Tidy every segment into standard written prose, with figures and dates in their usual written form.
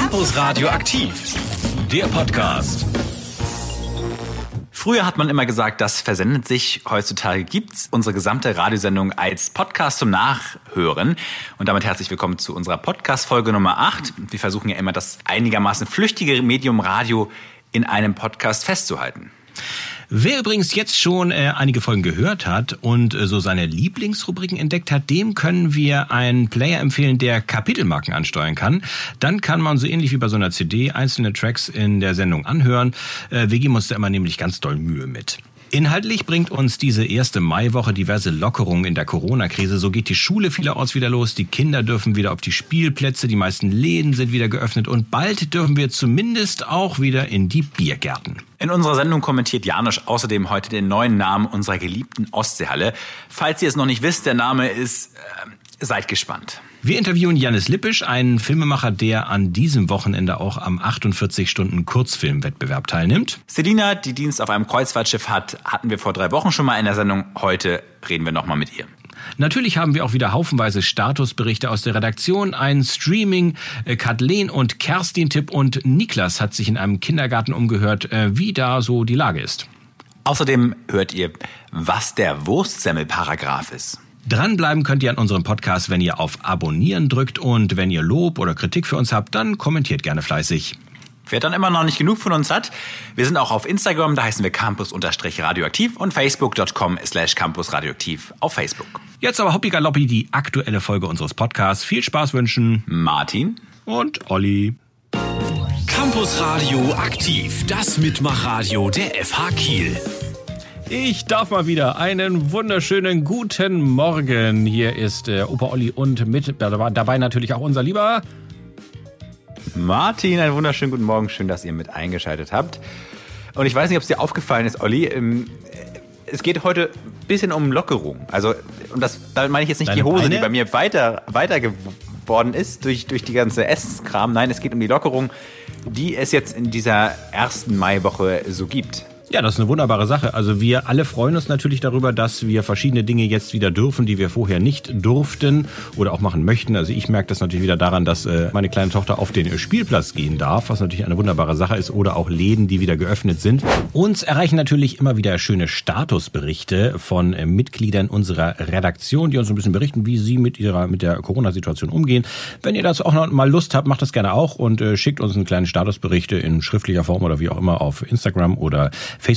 Campus Radio aktiv, der Podcast. Früher hat man immer gesagt, das versendet sich. Heutzutage gibt's unsere gesamte Radiosendung als Podcast zum Nachhören. Und damit herzlich willkommen zu unserer Podcast-Folge Nummer 8. Wir versuchen ja immer, das einigermaßen flüchtige Medium Radio in einem Podcast festzuhalten. Wer übrigens jetzt schon einige Folgen gehört hat und so seine Lieblingsrubriken entdeckt hat, dem können wir einen Player empfehlen, der Kapitelmarken ansteuern kann. Dann kann man so ähnlich wie bei so einer CD einzelne Tracks in der Sendung anhören. Wir geben uns da immer nämlich ganz doll Mühe mit. Inhaltlich bringt uns diese erste Maiwoche diverse Lockerungen in der Corona-Krise. So geht die Schule vielerorts wieder los, die Kinder dürfen wieder auf die Spielplätze, die meisten Läden sind wieder geöffnet und bald dürfen wir zumindest auch wieder in die Biergärten. In unserer Sendung kommentiert Janosch außerdem heute den neuen Namen unserer geliebten Ostseehalle. Falls ihr es noch nicht wisst, der Name ist... seid gespannt. Wir interviewen Janis Lippisch, einen Filmemacher, der an diesem Wochenende auch am 48-Stunden-Kurzfilmwettbewerb teilnimmt. Selina, die Dienst auf einem Kreuzfahrtschiff hat, hatten wir vor 3 Wochen schon mal in der Sendung. Heute reden wir nochmal mit ihr. Natürlich haben wir auch wieder haufenweise Statusberichte aus der Redaktion, ein Streaming, Kathleen und Kerstin-Tipp und Niklas hat sich in einem Kindergarten umgehört, wie da so die Lage ist. Außerdem hört ihr, was der Wurstsemmel-Paragraph ist. Dranbleiben könnt ihr an unserem Podcast, wenn ihr auf Abonnieren drückt und wenn ihr Lob oder Kritik für uns habt, dann kommentiert gerne fleißig. Wer dann immer noch nicht genug von uns hat, wir sind auch auf Instagram, da heißen wir Campus-Radioaktiv und Facebook.com/Campus-Radioaktiv auf Facebook. Jetzt aber hoppi galoppi die aktuelle Folge unseres Podcasts. Viel Spaß wünschen Martin und Olli. Campus Radio aktiv, das Mitmachradio der FH Kiel. Ich darf mal wieder einen wunderschönen guten Morgen. Hier ist Opa Olli und mit dabei natürlich auch unser lieber Martin. Einen wunderschönen guten Morgen. Schön, dass ihr mit eingeschaltet habt. Und ich weiß nicht, ob es dir aufgefallen ist, Olli. Es geht heute ein bisschen um Lockerung. Also, und damit meine ich jetzt nicht die Hose, die bei mir weiter geworden ist durch die ganze Esskram. Nein, es geht um die Lockerung, die es jetzt in dieser ersten Maiwoche so gibt. Ja, das ist eine wunderbare Sache. Also wir alle freuen uns natürlich darüber, dass wir verschiedene Dinge jetzt wieder dürfen, die wir vorher nicht durften oder auch machen möchten. Also ich merke das natürlich wieder daran, dass meine kleine Tochter auf den Spielplatz gehen darf, was natürlich eine wunderbare Sache ist, oder auch Läden, die wieder geöffnet sind. Uns erreichen natürlich immer wieder schöne Statusberichte von Mitgliedern unserer Redaktion, die uns ein bisschen berichten, wie sie mit der Corona-Situation umgehen. Wenn ihr dazu auch noch mal Lust habt, macht das gerne auch und schickt uns einen kleinen Statusberichte in schriftlicher Form oder wie auch immer auf Instagram oder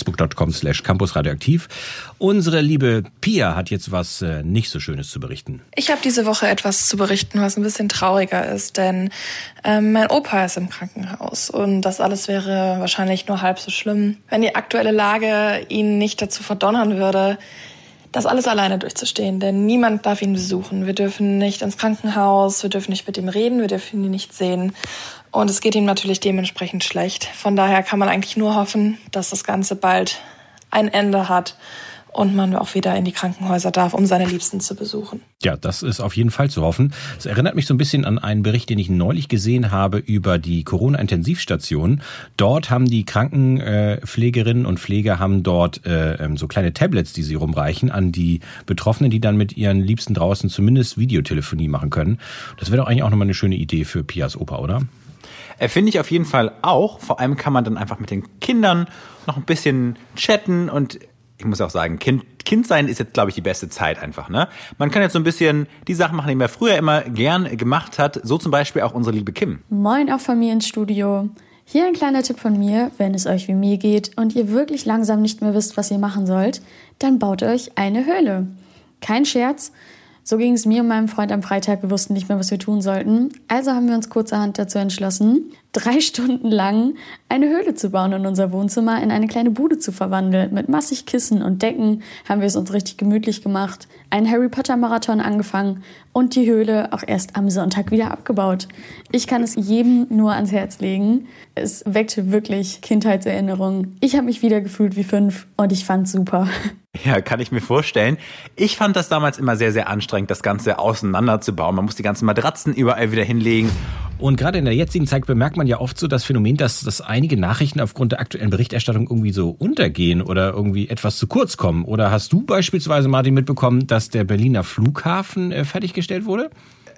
facebook.com/campusradioaktiv. Unsere liebe Pia hat jetzt was nicht so Schönes zu berichten. Ich habe diese Woche etwas zu berichten, was ein bisschen trauriger ist, denn mein Opa ist im Krankenhaus und das alles wäre wahrscheinlich nur halb so schlimm, wenn die aktuelle Lage ihn nicht dazu verdonnern würde, das alles alleine durchzustehen, denn niemand darf ihn besuchen. Wir dürfen nicht ins Krankenhaus, wir dürfen nicht mit ihm reden, wir dürfen ihn nicht sehen. Und es geht ihm natürlich dementsprechend schlecht. Von daher kann man eigentlich nur hoffen, dass das Ganze bald ein Ende hat und man auch wieder in die Krankenhäuser darf, um seine Liebsten zu besuchen. Ja, das ist auf jeden Fall zu hoffen. Es erinnert mich so ein bisschen an einen Bericht, den ich neulich gesehen habe über die Corona-Intensivstation. Dort haben die Krankenpflegerinnen und Pfleger haben dort so kleine Tablets, die sie rumreichen an die Betroffenen, die dann mit ihren Liebsten draußen zumindest Videotelefonie machen können. Das wäre doch eigentlich auch nochmal eine schöne Idee für Pias Opa, oder? Finde ich auf jeden Fall auch. Vor allem kann man dann einfach mit den Kindern noch ein bisschen chatten und ich muss auch sagen, Kind sein ist jetzt, glaube ich, die beste Zeit einfach, ne? Man kann jetzt so ein bisschen die Sachen machen, die man früher immer gern gemacht hat. So zum Beispiel auch unsere liebe Kim. Moin auch von mir ins Studio. Hier ein kleiner Tipp von mir, wenn es euch wie mir geht und ihr wirklich langsam nicht mehr wisst, was ihr machen sollt, dann baut euch eine Höhle. Kein Scherz. So ging es mir und meinem Freund am Freitag. Wir wussten nicht mehr, was wir tun sollten. Also haben wir uns kurzerhand dazu entschlossen, 3 Stunden lang eine Höhle zu bauen und unser Wohnzimmer in eine kleine Bude zu verwandeln. Mit massig Kissen und Decken haben wir es uns richtig gemütlich gemacht, einen Harry-Potter-Marathon angefangen und die Höhle auch erst am Sonntag wieder abgebaut. Ich kann es jedem nur ans Herz legen. Es weckte wirklich Kindheitserinnerungen. Ich habe mich wieder gefühlt wie 5 und ich fand's super. Ja, kann ich mir vorstellen. Ich fand das damals immer sehr, sehr anstrengend, das Ganze auseinanderzubauen. Man muss die ganzen Matratzen überall wieder hinlegen. Und gerade in der jetzigen Zeit bemerkt man ja oft so das Phänomen, dass einige Nachrichten aufgrund der aktuellen Berichterstattung irgendwie so untergehen oder irgendwie etwas zu kurz kommen. Oder hast du beispielsweise, Martin, mitbekommen, dass der Berliner Flughafen fertiggestellt wurde?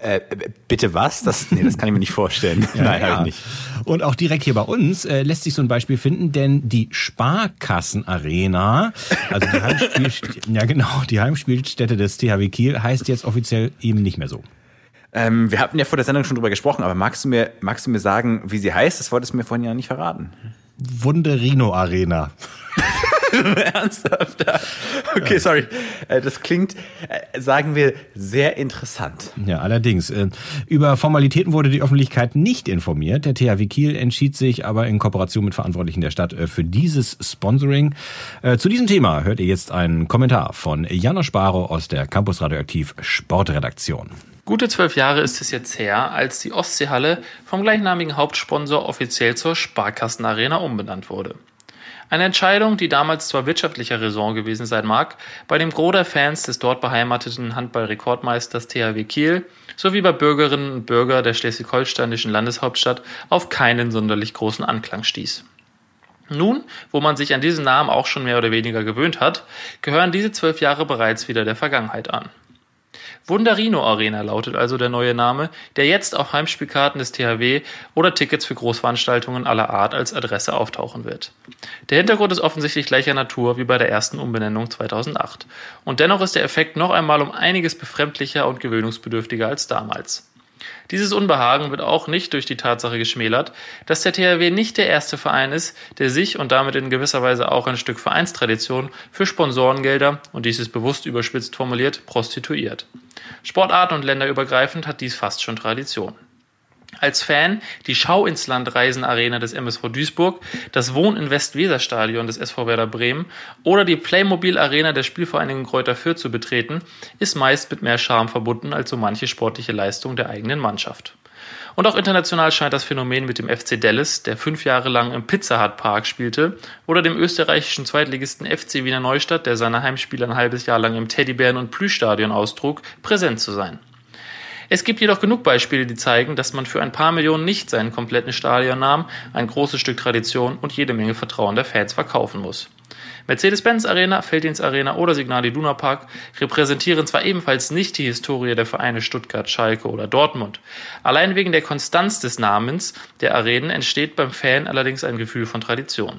Bitte was? Das kann ich mir nicht vorstellen. Nein, habe ich nicht. Und auch direkt hier bei uns lässt sich so ein Beispiel finden, denn die Sparkassenarena, also die Heimspielstätte des THW Kiel, heißt jetzt offiziell eben nicht mehr so. Wir hatten ja vor der Sendung schon drüber gesprochen, aber magst du mir sagen, wie sie heißt? Das wolltest du mir vorhin ja nicht verraten. Wunderino Arena. Ernsthaft? Okay, sorry. Das klingt, sagen wir, sehr interessant. Ja, allerdings. Über Formalitäten wurde die Öffentlichkeit nicht informiert. Der THW Kiel entschied sich aber in Kooperation mit Verantwortlichen der Stadt für dieses Sponsoring. Zu diesem Thema hört ihr jetzt einen Kommentar von Janosch Barrow aus der Campus Radioaktiv Sportredaktion. Gute 12 Jahre ist es jetzt her, als die Ostseehalle vom gleichnamigen Hauptsponsor offiziell zur Sparkassenarena umbenannt wurde. Eine Entscheidung, die damals zwar wirtschaftlicher Raison gewesen sein mag, bei dem Gros der Fans des dort beheimateten Handball-Rekordmeisters THW Kiel sowie bei Bürgerinnen und Bürgern der schleswig-holsteinischen Landeshauptstadt auf keinen sonderlich großen Anklang stieß. Nun, wo man sich an diesen Namen auch schon mehr oder weniger gewöhnt hat, gehören diese 12 Jahre bereits wieder der Vergangenheit an. Wunderino Arena lautet also der neue Name, der jetzt auf Heimspielkarten des THW oder Tickets für Großveranstaltungen aller Art als Adresse auftauchen wird. Der Hintergrund ist offensichtlich gleicher Natur wie bei der ersten Umbenennung 2008. Und dennoch ist der Effekt noch einmal um einiges befremdlicher und gewöhnungsbedürftiger als damals. Dieses Unbehagen wird auch nicht durch die Tatsache geschmälert, dass der THW nicht der erste Verein ist, der sich und damit in gewisser Weise auch ein Stück Vereinstradition für Sponsorengelder, und dies ist bewusst überspitzt formuliert, prostituiert. Sportart- und länderübergreifend hat dies fast schon Tradition. Als Fan die Schau ins Land Reisen Arena des MSV Duisburg, das Wohn-in-West-Weser-Stadion des SV Werder Bremen oder die Playmobil Arena der Spielvereinigung Greuther Fürth zu betreten, ist meist mit mehr Charme verbunden als so manche sportliche Leistung der eigenen Mannschaft. Und auch international scheint das Phänomen mit dem FC Dallas, der 5 Jahre lang im Pizza Hut Park spielte, oder dem österreichischen Zweitligisten FC Wiener Neustadt, der seine Heimspiele ein halbes Jahr lang im Teddybären- und Plüschstadion austrug, präsent zu sein. Es gibt jedoch genug Beispiele, die zeigen, dass man für ein paar Millionen nicht seinen kompletten Stadionnamen, ein großes Stück Tradition und jede Menge Vertrauen der Fans verkaufen muss. Mercedes-Benz Arena, Felddienst Arena oder Signal Iduna Park repräsentieren zwar ebenfalls nicht die Historie der Vereine Stuttgart, Schalke oder Dortmund. Allein wegen der Konstanz des Namens der Arenen entsteht beim Fan allerdings ein Gefühl von Tradition.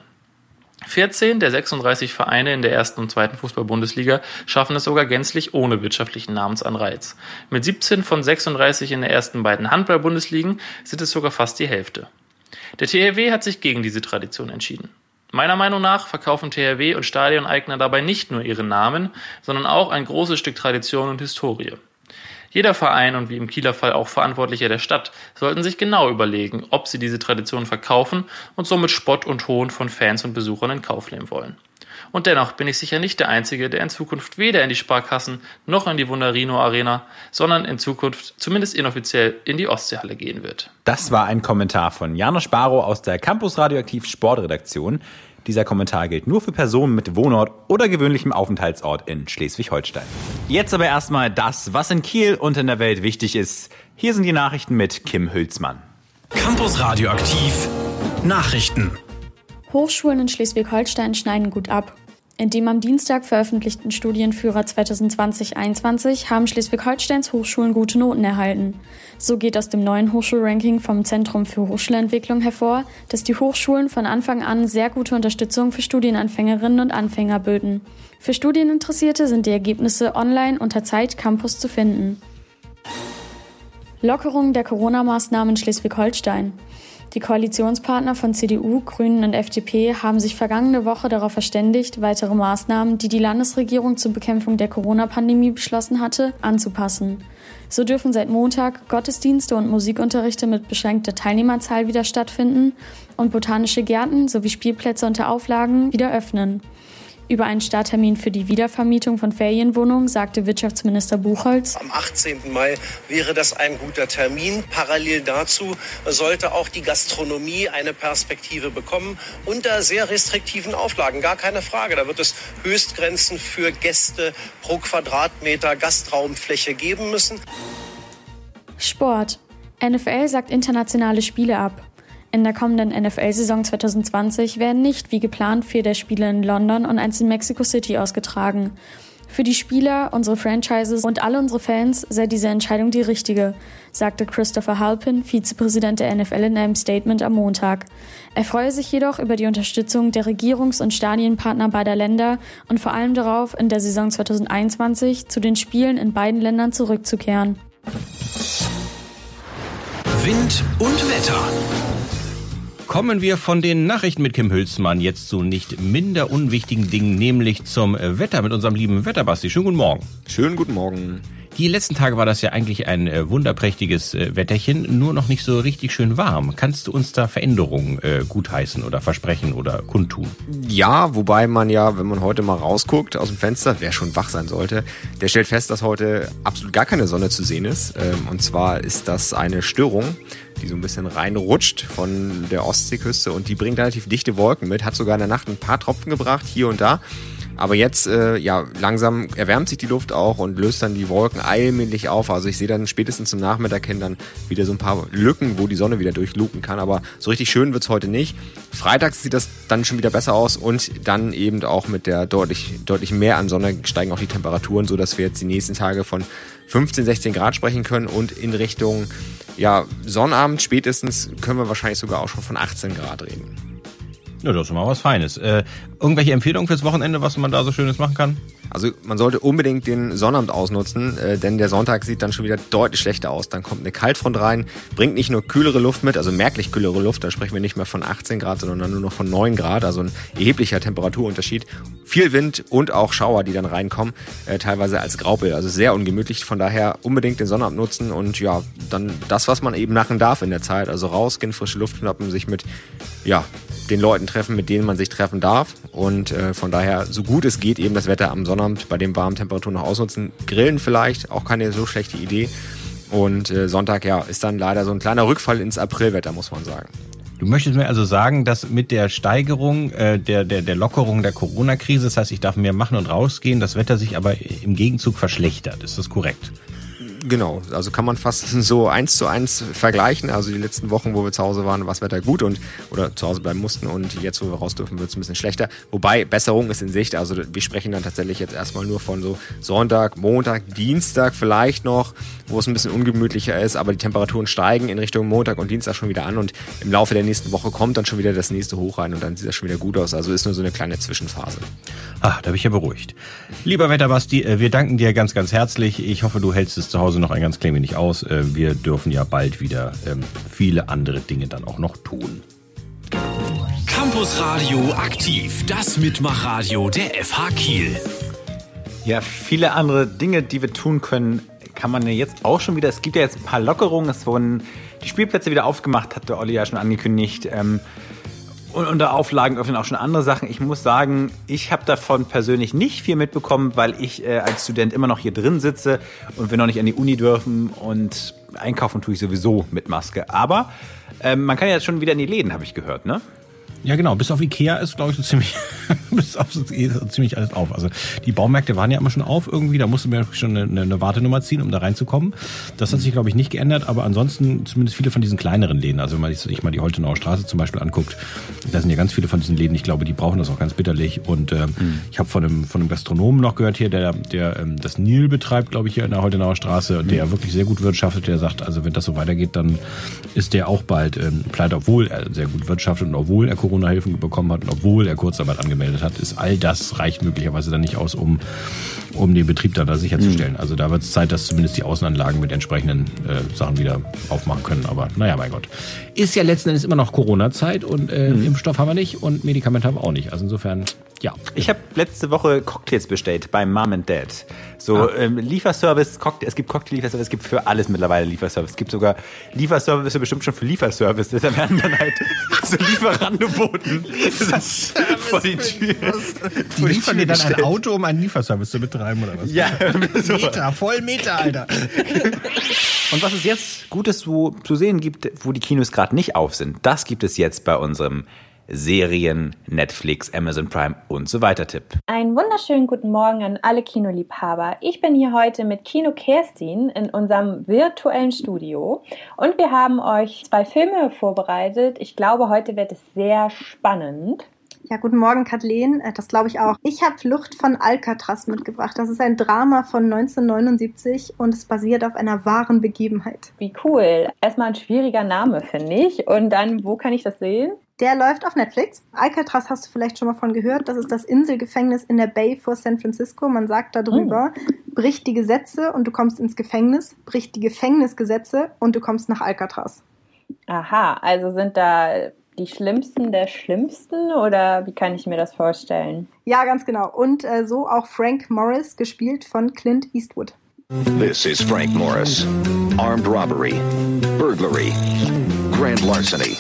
14 der 36 Vereine in der ersten und zweiten Fußball-Bundesliga schaffen es sogar gänzlich ohne wirtschaftlichen Namensanreiz. Mit 17 von 36 in der ersten beiden Handball-Bundesligen sind es sogar fast die Hälfte. Der THW hat sich gegen diese Tradition entschieden. Meiner Meinung nach verkaufen THW und Stadioneigner dabei nicht nur ihren Namen, sondern auch ein großes Stück Tradition und Historie. Jeder Verein und wie im Kieler Fall auch Verantwortliche der Stadt sollten sich genau überlegen, ob sie diese Tradition verkaufen und somit Spott und Hohn von Fans und Besuchern in Kauf nehmen wollen. Und dennoch bin ich sicher nicht der Einzige, der in Zukunft weder in die Sparkassen noch in die Wunderino Arena, sondern in Zukunft zumindest inoffiziell in die Ostseehalle gehen wird. Das war ein Kommentar von Janosch Barrow aus der Campus Radioaktiv Sportredaktion. Dieser Kommentar gilt nur für Personen mit Wohnort oder gewöhnlichem Aufenthaltsort in Schleswig-Holstein. Jetzt aber erstmal das, was in Kiel und in der Welt wichtig ist. Hier sind die Nachrichten mit Kim Hülsmann. Campus Radioaktiv Nachrichten. Hochschulen in Schleswig-Holstein schneiden gut ab. In dem am Dienstag veröffentlichten Studienführer 2020-21 haben Schleswig-Holsteins Hochschulen gute Noten erhalten. So geht aus dem neuen Hochschulranking vom Zentrum für Hochschulentwicklung hervor, dass die Hochschulen von Anfang an sehr gute Unterstützung für Studienanfängerinnen und Anfänger böten. Für Studieninteressierte sind die Ergebnisse online unter Zeit Campus zu finden. Lockerung der Corona-Maßnahmen in Schleswig-Holstein. Die Koalitionspartner von CDU, Grünen und FDP haben sich vergangene Woche darauf verständigt, weitere Maßnahmen, die die Landesregierung zur Bekämpfung der Corona-Pandemie beschlossen hatte, anzupassen. So dürfen seit Montag Gottesdienste und Musikunterrichte mit beschränkter Teilnehmerzahl wieder stattfinden und botanische Gärten sowie Spielplätze unter Auflagen wieder öffnen. Über einen Starttermin für die Wiedervermietung von Ferienwohnungen sagte Wirtschaftsminister Buchholz: Am 18. Mai wäre das ein guter Termin. Parallel dazu sollte auch die Gastronomie eine Perspektive bekommen, unter sehr restriktiven Auflagen, gar keine Frage. Da wird es Höchstgrenzen für Gäste pro Quadratmeter Gastraumfläche geben müssen. Sport. NFL sagt internationale Spiele ab. In der kommenden NFL-Saison 2020 werden nicht wie geplant 4 der Spiele in London und 1 in Mexico City ausgetragen. Für die Spieler, unsere Franchises und alle unsere Fans sei diese Entscheidung die richtige, sagte Christopher Halpin, Vizepräsident der NFL, in einem Statement am Montag. Er freue sich jedoch über die Unterstützung der Regierungs- und Stadienpartner beider Länder und vor allem darauf, in der Saison 2021 zu den Spielen in beiden Ländern zurückzukehren. Wind und Wetter. Kommen wir von den Nachrichten mit Kim Hülsmann jetzt zu nicht minder unwichtigen Dingen, nämlich zum Wetter mit unserem lieben Wetterbasti. Schönen guten Morgen. Schönen guten Morgen. Die letzten Tage war das ja eigentlich ein wunderprächtiges Wetterchen, nur noch nicht so richtig schön warm. Kannst du uns da Veränderungen gutheißen oder versprechen oder kundtun? Ja, wobei man ja, wenn man heute mal rausguckt aus dem Fenster, wer schon wach sein sollte, der stellt fest, dass heute absolut gar keine Sonne zu sehen ist. Und zwar ist das eine Störung, die so ein bisschen reinrutscht von der Ostseeküste und die bringt relativ dichte Wolken mit, hat sogar in der Nacht ein paar Tropfen gebracht, hier und da. Aber jetzt, langsam erwärmt sich die Luft auch und löst dann die Wolken allmählich auf. Also ich sehe dann spätestens zum Nachmittag hin dann wieder so ein paar Lücken, wo die Sonne wieder durchluken kann. Aber so richtig schön wird's heute nicht. Freitags sieht das dann schon wieder besser aus und dann eben auch mit der deutlich mehr an Sonne steigen auch die Temperaturen, sodass wir jetzt die nächsten Tage von 15, 16 Grad sprechen können und in Richtung Sonnabend spätestens können wir wahrscheinlich sogar auch schon von 18 Grad reden. Ja, das ist mal was Feines. Irgendwelche Empfehlungen fürs Wochenende, was man da so Schönes machen kann? Also man sollte unbedingt den Sonnabend ausnutzen, denn der Sonntag sieht dann schon wieder deutlich schlechter aus. Dann kommt eine Kaltfront rein, bringt nicht nur kühlere Luft mit, also merklich kühlere Luft, da sprechen wir nicht mehr von 18 Grad, sondern dann nur noch von 9 Grad, also ein erheblicher Temperaturunterschied. Viel Wind und auch Schauer, die dann reinkommen, teilweise als Graupel, also sehr ungemütlich. Von daher unbedingt den Sonnabend nutzen und ja, dann das, was man eben machen darf in der Zeit, also rausgehen, frische Luft schnappen, sich mit den Leuten treffen, mit denen man sich treffen darf und von daher, so gut es geht, eben das Wetter am Sonnabend bei den warmen Temperaturen noch ausnutzen. Grillen vielleicht, auch keine so schlechte Idee. Und Sonntag, ist dann leider so ein kleiner Rückfall ins Aprilwetter, muss man sagen. Du möchtest mir also sagen, dass mit der Steigerung der Lockerung der Corona-Krise, das heißt, ich darf mehr machen und rausgehen, das Wetter sich aber im Gegenzug verschlechtert. Ist das korrekt? Genau, also kann man fast so 1:1 vergleichen. Also die letzten Wochen, wo wir zu Hause waren, war das Wetter gut oder zu Hause bleiben mussten und jetzt, wo wir raus dürfen, wird es ein bisschen schlechter. Wobei, Besserung ist in Sicht. Also wir sprechen dann tatsächlich jetzt erstmal nur von so Sonntag, Montag, Dienstag vielleicht noch, wo es ein bisschen ungemütlicher ist, aber die Temperaturen steigen in Richtung Montag und Dienstag schon wieder an und im Laufe der nächsten Woche kommt dann schon wieder das nächste Hoch rein und dann sieht das schon wieder gut aus. Also ist nur so eine kleine Zwischenphase. Da bin ich ja beruhigt. Lieber Wetterbasti, wir danken dir ganz, ganz herzlich. Ich hoffe, du hältst es zu Hause noch ein ganz klein wenig aus. Wir dürfen ja bald wieder viele andere Dinge dann auch noch tun. Campus Radio aktiv, das Mitmachradio der FH Kiel. Ja, viele andere Dinge, die wir tun können, kann man ja jetzt auch schon wieder. Es gibt ja jetzt ein paar Lockerungen. Es wurden die Spielplätze wieder aufgemacht, hat der Olli ja schon angekündigt. Und unter Auflagen öffnen auch schon andere Sachen. Ich muss sagen, ich habe davon persönlich nicht viel mitbekommen, weil ich als Student immer noch hier drin sitze und wir noch nicht an die Uni dürfen und einkaufen tue ich sowieso mit Maske. Aber man kann ja jetzt schon wieder in die Läden, habe ich gehört, ne? Ja, genau. Bis auf Ikea ist, glaube ich, so ziemlich alles auf. Also die Baumärkte waren ja immer schon auf irgendwie. Da musste man schon eine Wartenummer ziehen, um da reinzukommen. Das hat sich, glaube ich, nicht geändert. Aber ansonsten zumindest viele von diesen kleineren Läden. Also wenn man sich mal die Holtenauer Straße zum Beispiel anguckt, da sind ja ganz viele von diesen Läden. Ich glaube, die brauchen das auch ganz bitterlich. Und ich habe von einem Gastronomen noch gehört hier, der das Nil betreibt, glaube ich, hier in der Holtenauer Straße. Und der wirklich sehr gut wirtschaftet. Der sagt, also wenn das so weitergeht, dann ist der auch bald pleite, obwohl er sehr gut wirtschaftet und obwohl er Corona-Hilfen bekommen hat und obwohl er Kurzarbeit angemeldet hat, ist all das reicht möglicherweise dann nicht aus, um den Betrieb dann da sicherzustellen. Also da wird es Zeit, dass zumindest die Außenanlagen mit entsprechenden Sachen wieder aufmachen können. Aber naja, mein Gott. Ist ja letzten Endes immer noch Corona-Zeit und Impfstoff haben wir nicht und Medikamente haben wir auch nicht. Also insofern, ja. Ich habe letzte Woche Cocktails bestellt bei Mom and Dad. So Lieferservice, es gibt Cocktail-Lieferservice, es gibt für alles mittlerweile Lieferservice. Es gibt sogar Lieferservice bestimmt schon für Lieferservice. Da werden dann halt so Lieferangeboten vor die Tür. Die liefern dir dann ein Auto, um einen Lieferservice zu betreiben oder was? Ja, voll Meter, Alter. Und was es jetzt Gutes zu sehen gibt, wo die Kinos gerade nicht auf sind, das gibt es jetzt bei unserem Serien, Netflix, Amazon Prime und so weiter Tipp. Einen wunderschönen guten Morgen an alle Kinoliebhaber. Ich bin hier heute mit Kino Kerstin in unserem virtuellen Studio und wir haben euch 2 Filme vorbereitet. Ich glaube, heute wird es sehr spannend. Ja, guten Morgen, Kathleen. Das glaube ich auch. Ich habe Flucht von Alcatraz mitgebracht. Das ist ein Drama von 1979 und es basiert auf einer wahren Begebenheit. Wie cool. Erstmal ein schwieriger Name, finde ich. Und dann, wo kann ich das sehen? Der läuft auf Netflix. Alcatraz hast du vielleicht schon mal von gehört. Das ist das Inselgefängnis in der Bay vor San Francisco. Man sagt darüber, bricht die Gesetze und du kommst ins Gefängnis, bricht die Gefängnisgesetze und du kommst nach Alcatraz. Aha, also sind da die Schlimmsten der Schlimmsten oder wie kann ich mir das vorstellen? Ja, ganz genau. Und so auch Frank Morris, gespielt von Clint Eastwood. This is Frank Morris. Armed robbery, burglary, grand larceny.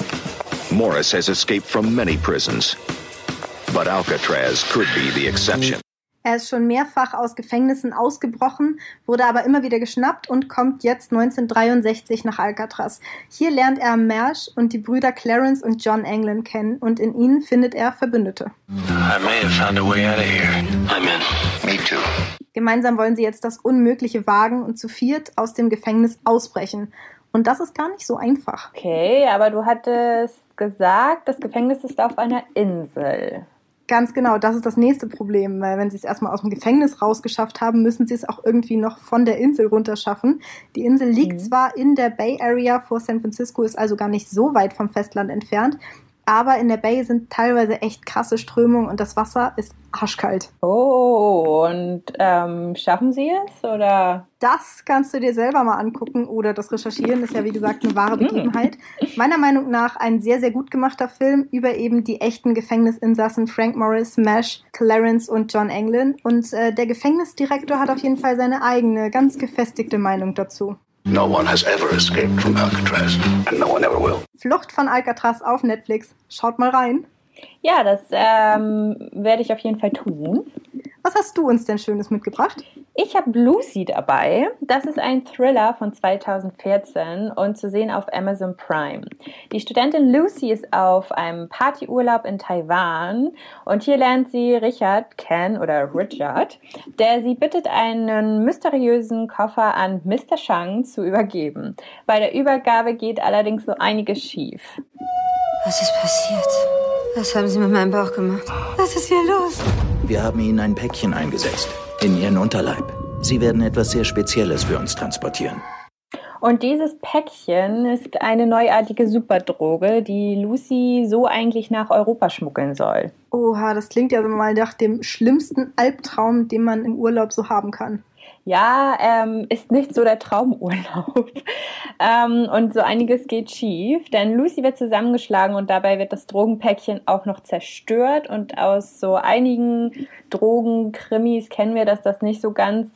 Morris has escaped from many prisons, but Alcatraz could be the exception. Er ist schon mehrfach aus Gefängnissen ausgebrochen, wurde aber immer wieder geschnappt und kommt jetzt 1963 nach Alcatraz. Hier lernt er Mersch und die Brüder Clarence und John Anglin kennen und in ihnen findet er Verbündete. I may have found a way out of here. I'm in. Me too. Gemeinsam wollen sie jetzt das Unmögliche wagen und zu viert aus dem Gefängnis ausbrechen. Und das ist gar nicht so einfach. Okay, aber du hattest gesagt, das Gefängnis ist auf einer Insel. Ganz genau, das ist das nächste Problem, weil wenn sie es erstmal aus dem Gefängnis rausgeschafft haben, müssen sie es auch irgendwie noch von der Insel runterschaffen. Die Insel liegt zwar in der Bay Area vor San Francisco, ist also gar nicht so weit vom Festland entfernt, aber in der Bay sind teilweise echt krasse Strömungen und das Wasser ist arschkalt. Oh, und schaffen sie es, oder? Das kannst du dir selber mal angucken oder das Recherchieren ist ja wie gesagt eine wahre Begebenheit. Meiner Meinung nach ein sehr, sehr gut gemachter Film über eben die echten Gefängnisinsassen Frank Morris, Mersch, Clarence und John Anglin. Und der Gefängnisdirektor hat auf jeden Fall seine eigene, ganz gefestigte Meinung dazu. No one has ever escaped from Alcatraz, and no one ever will. Flucht von Alcatraz auf Netflix. Schaut mal rein. Ja, das werde ich auf jeden Fall tun. Was hast du uns denn Schönes mitgebracht? Ich habe Lucy dabei. Das ist ein Thriller von 2014 und zu sehen auf Amazon Prime. Die Studentin Lucy ist auf einem Partyurlaub in Taiwan und hier lernt sie Richard kennen, der sie bittet, einen mysteriösen Koffer an Mr. Chang zu übergeben. Bei der Übergabe geht allerdings so einiges schief. Was ist passiert? Was haben Sie mit meinem Bauch gemacht? Was ist hier los? Wir haben Ihnen ein Päckchen eingesetzt. In Ihren Unterleib. Sie werden etwas sehr Spezielles für uns transportieren. Und dieses Päckchen ist eine neuartige Superdroge, die Lucy so eigentlich nach Europa schmuggeln soll. Oha, das klingt ja mal nach dem schlimmsten Albtraum, den man im Urlaub so haben kann. Ja, ist nicht so der Traumurlaub. Und so einiges geht schief, denn Lucy wird zusammengeschlagen und dabei wird das Drogenpäckchen auch noch zerstört. Und aus so einigen Drogenkrimis kennen wir, dass das nicht so ganz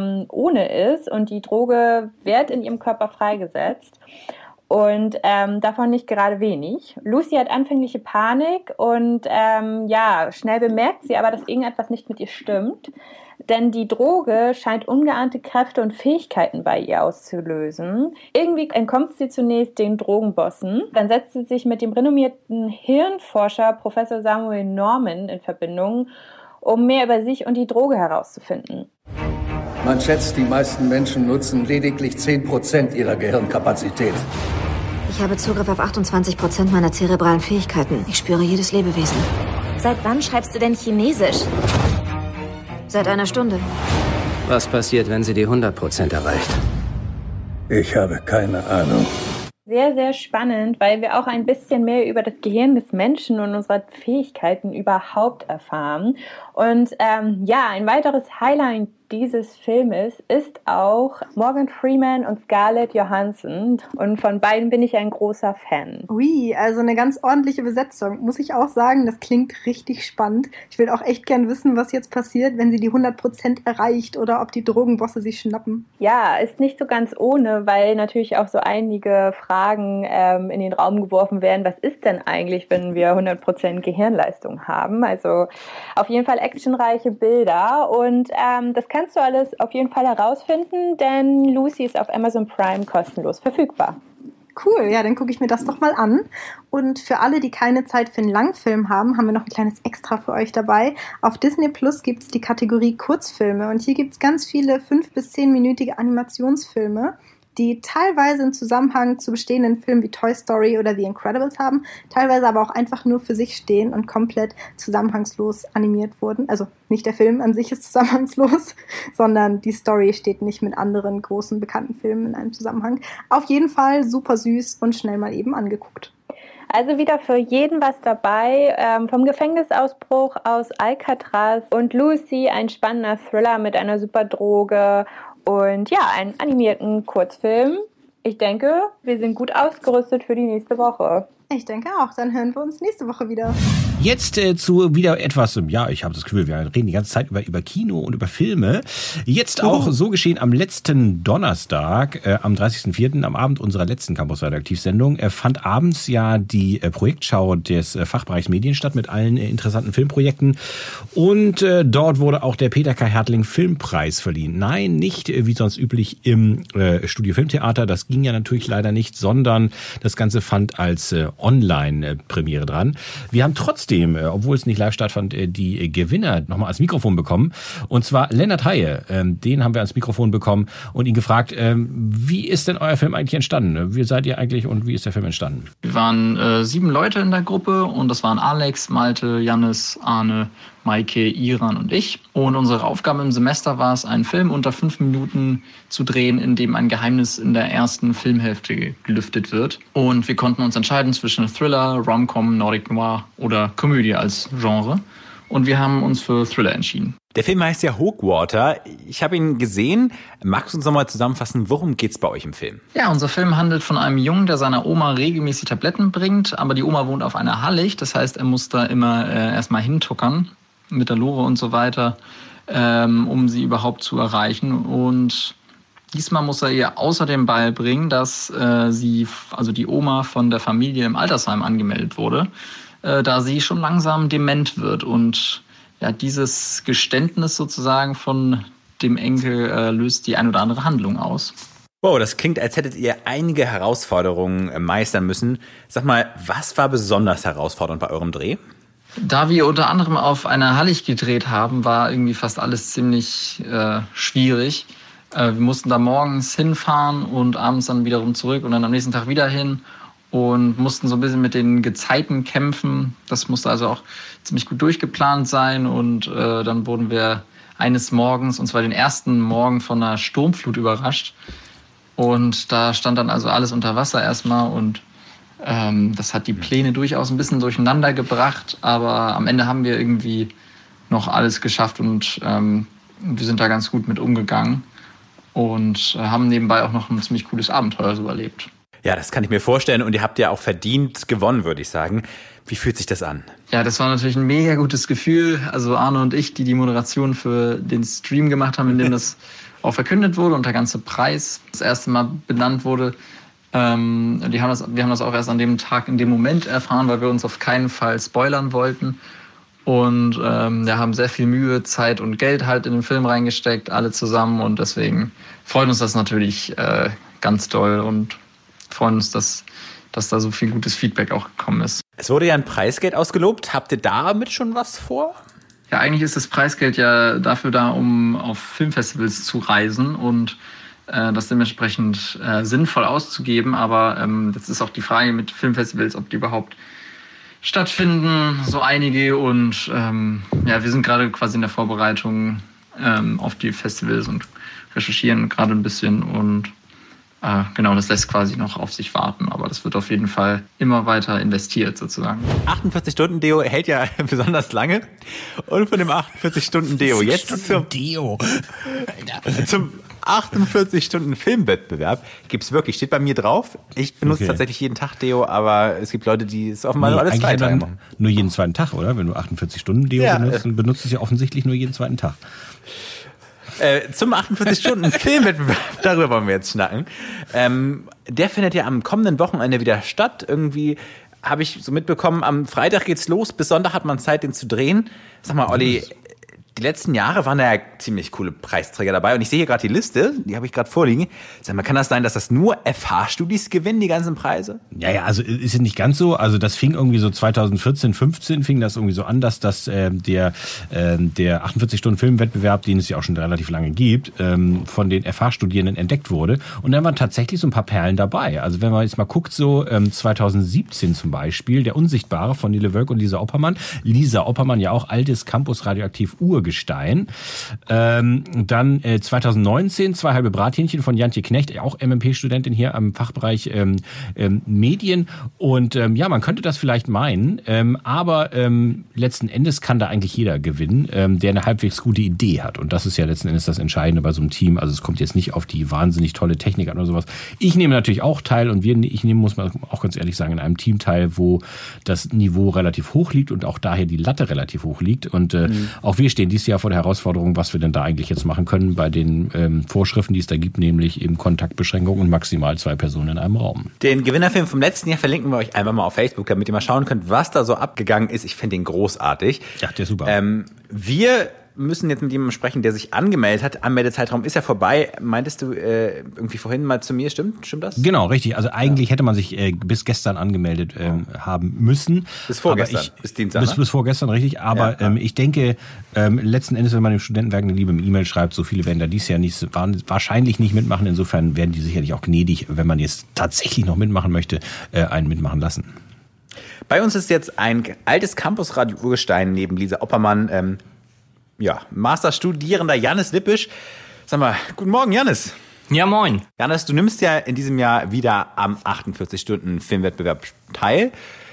ohne ist. Und die Droge wird in ihrem Körper freigesetzt. Und davon nicht gerade wenig. Lucy hat anfängliche Panik und schnell bemerkt sie aber, dass irgendetwas nicht mit ihr stimmt. Denn die Droge scheint ungeahnte Kräfte und Fähigkeiten bei ihr auszulösen. Irgendwie entkommt sie zunächst den Drogenbossen. Dann setzt sie sich mit dem renommierten Hirnforscher Professor Samuel Norman in Verbindung, um mehr über sich und die Droge herauszufinden. Man schätzt, die meisten Menschen nutzen lediglich 10% ihrer Gehirnkapazität. Ich habe Zugriff auf 28% meiner zerebralen Fähigkeiten. Ich spüre jedes Lebewesen. Seit wann schreibst du denn Chinesisch? Seit einer Stunde. Was passiert, wenn sie die 100% erreicht? Ich habe keine Ahnung. Sehr, sehr spannend, weil wir auch ein bisschen mehr über das Gehirn des Menschen und unsere Fähigkeiten überhaupt erfahren. Und ein weiteres Highlight dieses Filmes ist auch Morgan Freeman und Scarlett Johansson. Und von beiden bin ich ein großer Fan. Ui, also eine ganz ordentliche Besetzung. Muss ich auch sagen, das klingt richtig spannend. Ich will auch echt gern wissen, was jetzt passiert, wenn sie die 100% erreicht oder ob die Drogenbosse sie schnappen. Ja, ist nicht so ganz ohne, weil natürlich auch so einige Fragen in den Raum geworfen werden. Was ist denn eigentlich, wenn wir 100% Gehirnleistung haben? Also auf jeden Fall actionreiche Bilder und das kannst du alles auf jeden Fall herausfinden, denn Lucy ist auf Amazon Prime kostenlos verfügbar. Cool, ja, dann gucke ich mir das doch mal an. Und für alle, die keine Zeit für einen Langfilm haben, haben wir noch ein kleines Extra für euch dabei. Auf Disney Plus gibt es die Kategorie Kurzfilme und hier gibt es ganz viele 5- bis 10-minütige Animationsfilme, die teilweise einen Zusammenhang zu bestehenden Filmen wie Toy Story oder The Incredibles haben, teilweise aber auch einfach nur für sich stehen und komplett zusammenhangslos animiert wurden. Also nicht der Film an sich ist zusammenhangslos, sondern die Story steht nicht mit anderen großen bekannten Filmen in einem Zusammenhang. Auf jeden Fall super süß und schnell mal eben angeguckt. Also wieder für jeden was dabei. Vom Gefängnisausbruch aus Alcatraz und Lucy, ein spannender Thriller mit einer super Droge und ja, einen animierten Kurzfilm. Ich denke, wir sind gut ausgerüstet für die nächste Woche. Ich denke auch. Dann hören wir uns nächste Woche wieder. Jetzt zu wieder etwas, ja, ich habe das Gefühl, wir reden die ganze Zeit über Kino und über Filme. Jetzt auch so geschehen am letzten Donnerstag, am 30.04., am Abend unserer letzten Campus-Redaktivsendung, fand abends ja die Projektschau des Fachbereichs Medien statt mit allen interessanten Filmprojekten. Und dort wurde auch der Peter K. Hertling Filmpreis verliehen. Nein, nicht wie sonst üblich im Studio Filmtheater, das ging ja natürlich leider nicht, sondern das Ganze fand als Online-Premiere dran. Wir haben trotzdem, obwohl es nicht live stattfand, die Gewinner nochmal ans Mikrofon bekommen. Und zwar Lennart Haie. Den haben wir ans Mikrofon bekommen und ihn gefragt, wie ist denn euer Film eigentlich entstanden? Wie seid ihr eigentlich und wie ist der Film entstanden? Wir waren 7 Leute in der Gruppe und das waren Alex, Malte, Jannis, Arne, Maike, Iran und ich. Und unsere Aufgabe im Semester war es, einen Film unter 5 Minuten zu drehen, in dem ein Geheimnis in der ersten Filmhälfte gelüftet wird. Und wir konnten uns entscheiden zwischen Thriller, Rom-Com, Nordic Noir oder Komödie als Genre. Und wir haben uns für Thriller entschieden. Der Film heißt ja Hochwater. Ich habe ihn gesehen. Magst du uns nochmal zusammenfassen, worum geht's bei euch im Film? Ja, unser Film handelt von einem Jungen, der seiner Oma regelmäßig Tabletten bringt. Aber die Oma wohnt auf einer Hallig. Das heißt, er muss da immer erstmal hintuckern mit der Lore und so weiter, um sie überhaupt zu erreichen. Und diesmal muss er ihr außerdem beibringen, dass die Oma von der Familie im Altersheim angemeldet wurde, da sie schon langsam dement wird. Und ja, dieses Geständnis sozusagen von dem Enkel löst die ein oder andere Handlung aus. Wow, das klingt, als hättet ihr einige Herausforderungen meistern müssen. Sag mal, was war besonders herausfordernd bei eurem Dreh? Da wir unter anderem auf einer Hallig gedreht haben, war irgendwie fast alles ziemlich schwierig. Wir mussten da morgens hinfahren und abends dann wiederum zurück und dann am nächsten Tag wieder hin und mussten so ein bisschen mit den Gezeiten kämpfen. Das musste also auch ziemlich gut durchgeplant sein und dann wurden wir eines Morgens, und zwar den ersten Morgen, von einer Sturmflut überrascht. Und da stand dann also alles unter Wasser erstmal und das hat die Pläne durchaus ein bisschen durcheinander gebracht, aber am Ende haben wir irgendwie noch alles geschafft und wir sind da ganz gut mit umgegangen und haben nebenbei auch noch ein ziemlich cooles Abenteuer so erlebt. Ja, das kann ich mir vorstellen und ihr habt ja auch verdient gewonnen, würde ich sagen. Wie fühlt sich das an? Ja, das war natürlich ein mega gutes Gefühl. Also Arne und ich, die Moderation für den Stream gemacht haben, in dem das auch verkündet wurde und der ganze Preis das erste Mal benannt wurde. Wir haben das auch erst an dem Tag, in dem Moment erfahren, weil wir uns auf keinen Fall spoilern wollten. Und haben sehr viel Mühe, Zeit und Geld halt in den Film reingesteckt, alle zusammen. Und deswegen freut uns das natürlich ganz doll und freuen uns, dass da so viel gutes Feedback auch gekommen ist. Es wurde ja ein Preisgeld ausgelobt. Habt ihr damit schon was vor? Ja, eigentlich ist das Preisgeld ja dafür da, um auf Filmfestivals zu reisen und das dementsprechend sinnvoll auszugeben. Aber jetzt ist auch die Frage mit Filmfestivals, ob die überhaupt stattfinden, so einige. Und wir sind gerade quasi in der Vorbereitung auf die Festivals und recherchieren gerade ein bisschen. Und das lässt quasi noch auf sich warten. Aber das wird auf jeden Fall immer weiter investiert sozusagen. 48-Stunden-Deo hält ja besonders lange. Und von dem 48-Stunden-Deo jetzt zum 48-Stunden-Filmwettbewerb gibt's wirklich, steht bei mir drauf. Ich benutze tatsächlich jeden Tag Deo, aber es gibt Leute, die es offenbar nur alle 2 Tage machen. Nur jeden zweiten Tag, oder? Wenn du 48 Stunden Deo benutzt, dann benutzt es ja offensichtlich nur jeden zweiten Tag. Zum 48-Stunden-Filmwettbewerb, darüber wollen wir jetzt schnacken. Der findet ja am kommenden Wochenende wieder statt. Irgendwie habe ich so mitbekommen, am Freitag geht's los, bis Sonntag hat man Zeit, den zu drehen. Sag mal, Olli, die letzten Jahre waren da ja ziemlich coole Preisträger dabei. Und ich sehe hier gerade die Liste, die habe ich gerade vorliegen. Sag mal, kann das sein, dass das nur FH-Studis gewinnen, die ganzen Preise? Ja, also ist es nicht ganz so. Also das fing irgendwie so 2014, 15 fing das irgendwie so an, dass das der 48-Stunden-Filmwettbewerb, den es ja auch schon relativ lange gibt, von den FH-Studierenden entdeckt wurde. Und dann waren tatsächlich so ein paar Perlen dabei. Also wenn man jetzt mal guckt, so 2017 zum Beispiel, Der Unsichtbare von Nele Wölk und Lisa Oppermann. Lisa Oppermann ja auch altes Campus Radioaktiv Urgestein. Dann 2019 Zwei halbe Brathähnchen von Jantje Knecht, auch MMP-Studentin hier am Fachbereich Medien. Und ja, man könnte das vielleicht meinen, aber letzten Endes kann da eigentlich jeder gewinnen, der eine halbwegs gute Idee hat. Und das ist ja letzten Endes das Entscheidende bei so einem Team. Also es kommt jetzt nicht auf die wahnsinnig tolle Technik an oder sowas. Ich nehme natürlich auch teil und ich nehme, muss man auch ganz ehrlich sagen, in einem Team teil, wo das Niveau relativ hoch liegt und auch daher die Latte relativ hoch liegt. Und auch wir stehen dieses Jahr vor der Herausforderung, was wir denn da eigentlich jetzt machen können bei den Vorschriften, die es da gibt, nämlich eben Kontaktbeschränkungen und maximal 2 Personen in einem Raum. Den Gewinnerfilm vom letzten Jahr verlinken wir euch einfach mal auf Facebook, damit ihr mal schauen könnt, was da so abgegangen ist. Ich finde den großartig. Ja, der ist super. Wir müssen jetzt mit jemandem sprechen, der sich angemeldet hat. Anmeldezeitraum ist ja vorbei. Meintest du irgendwie vorhin mal zu mir, stimmt das? Genau, richtig. Also eigentlich hätte man sich bis gestern angemeldet haben müssen. Bis vorgestern, bis Dienstag, bis vorgestern, richtig. Aber ich denke, letzten Endes, wenn man dem Studentenwerk eine liebe E-Mail schreibt, so viele werden da dieses Jahr wahrscheinlich nicht mitmachen. Insofern werden die sicherlich auch gnädig, wenn man jetzt tatsächlich noch mitmachen möchte, einen mitmachen lassen. Bei uns ist jetzt ein altes Campus-Radio Urgestein neben Lisa Oppermann, Masterstudierender Jannis Lippisch. Sag mal, guten Morgen, Jannis. Ja, moin. Jannis, du nimmst ja in diesem Jahr wieder am 48-Stunden-Filmwettbewerb teil.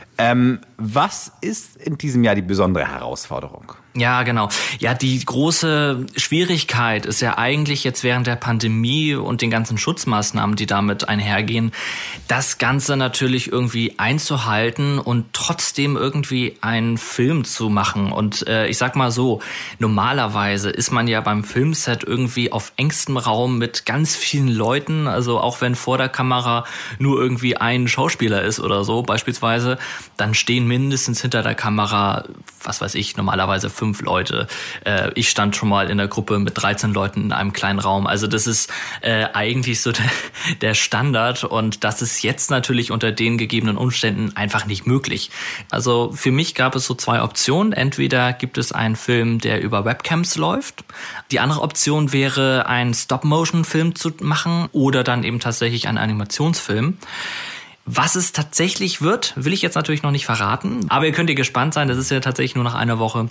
Was ist in diesem Jahr die besondere Herausforderung? Ja, genau. Ja, die große Schwierigkeit ist ja eigentlich jetzt während der Pandemie und den ganzen Schutzmaßnahmen, die damit einhergehen, das Ganze natürlich irgendwie einzuhalten und trotzdem irgendwie einen Film zu machen. Und ich sag mal so, normalerweise ist man ja beim Filmset irgendwie auf engstem Raum mit ganz vielen Leuten, also auch wenn vor der Kamera nur irgendwie ein Schauspieler ist oder so beispielsweise, dann stehen mindestens hinter der Kamera, was weiß ich, normalerweise 5 Leute. Ich stand schon mal in der Gruppe mit 13 Leuten in einem kleinen Raum. Also das ist eigentlich so der Standard und das ist jetzt natürlich unter den gegebenen Umständen einfach nicht möglich. Also für mich gab es so 2 Optionen. Entweder gibt es einen Film, der über Webcams läuft. Die andere Option wäre, einen Stop-Motion-Film zu machen oder dann eben tatsächlich einen Animationsfilm. Was es tatsächlich wird, will ich jetzt natürlich noch nicht verraten. Aber ihr könnt ihr gespannt sein, das ist ja tatsächlich nur nach einer Woche.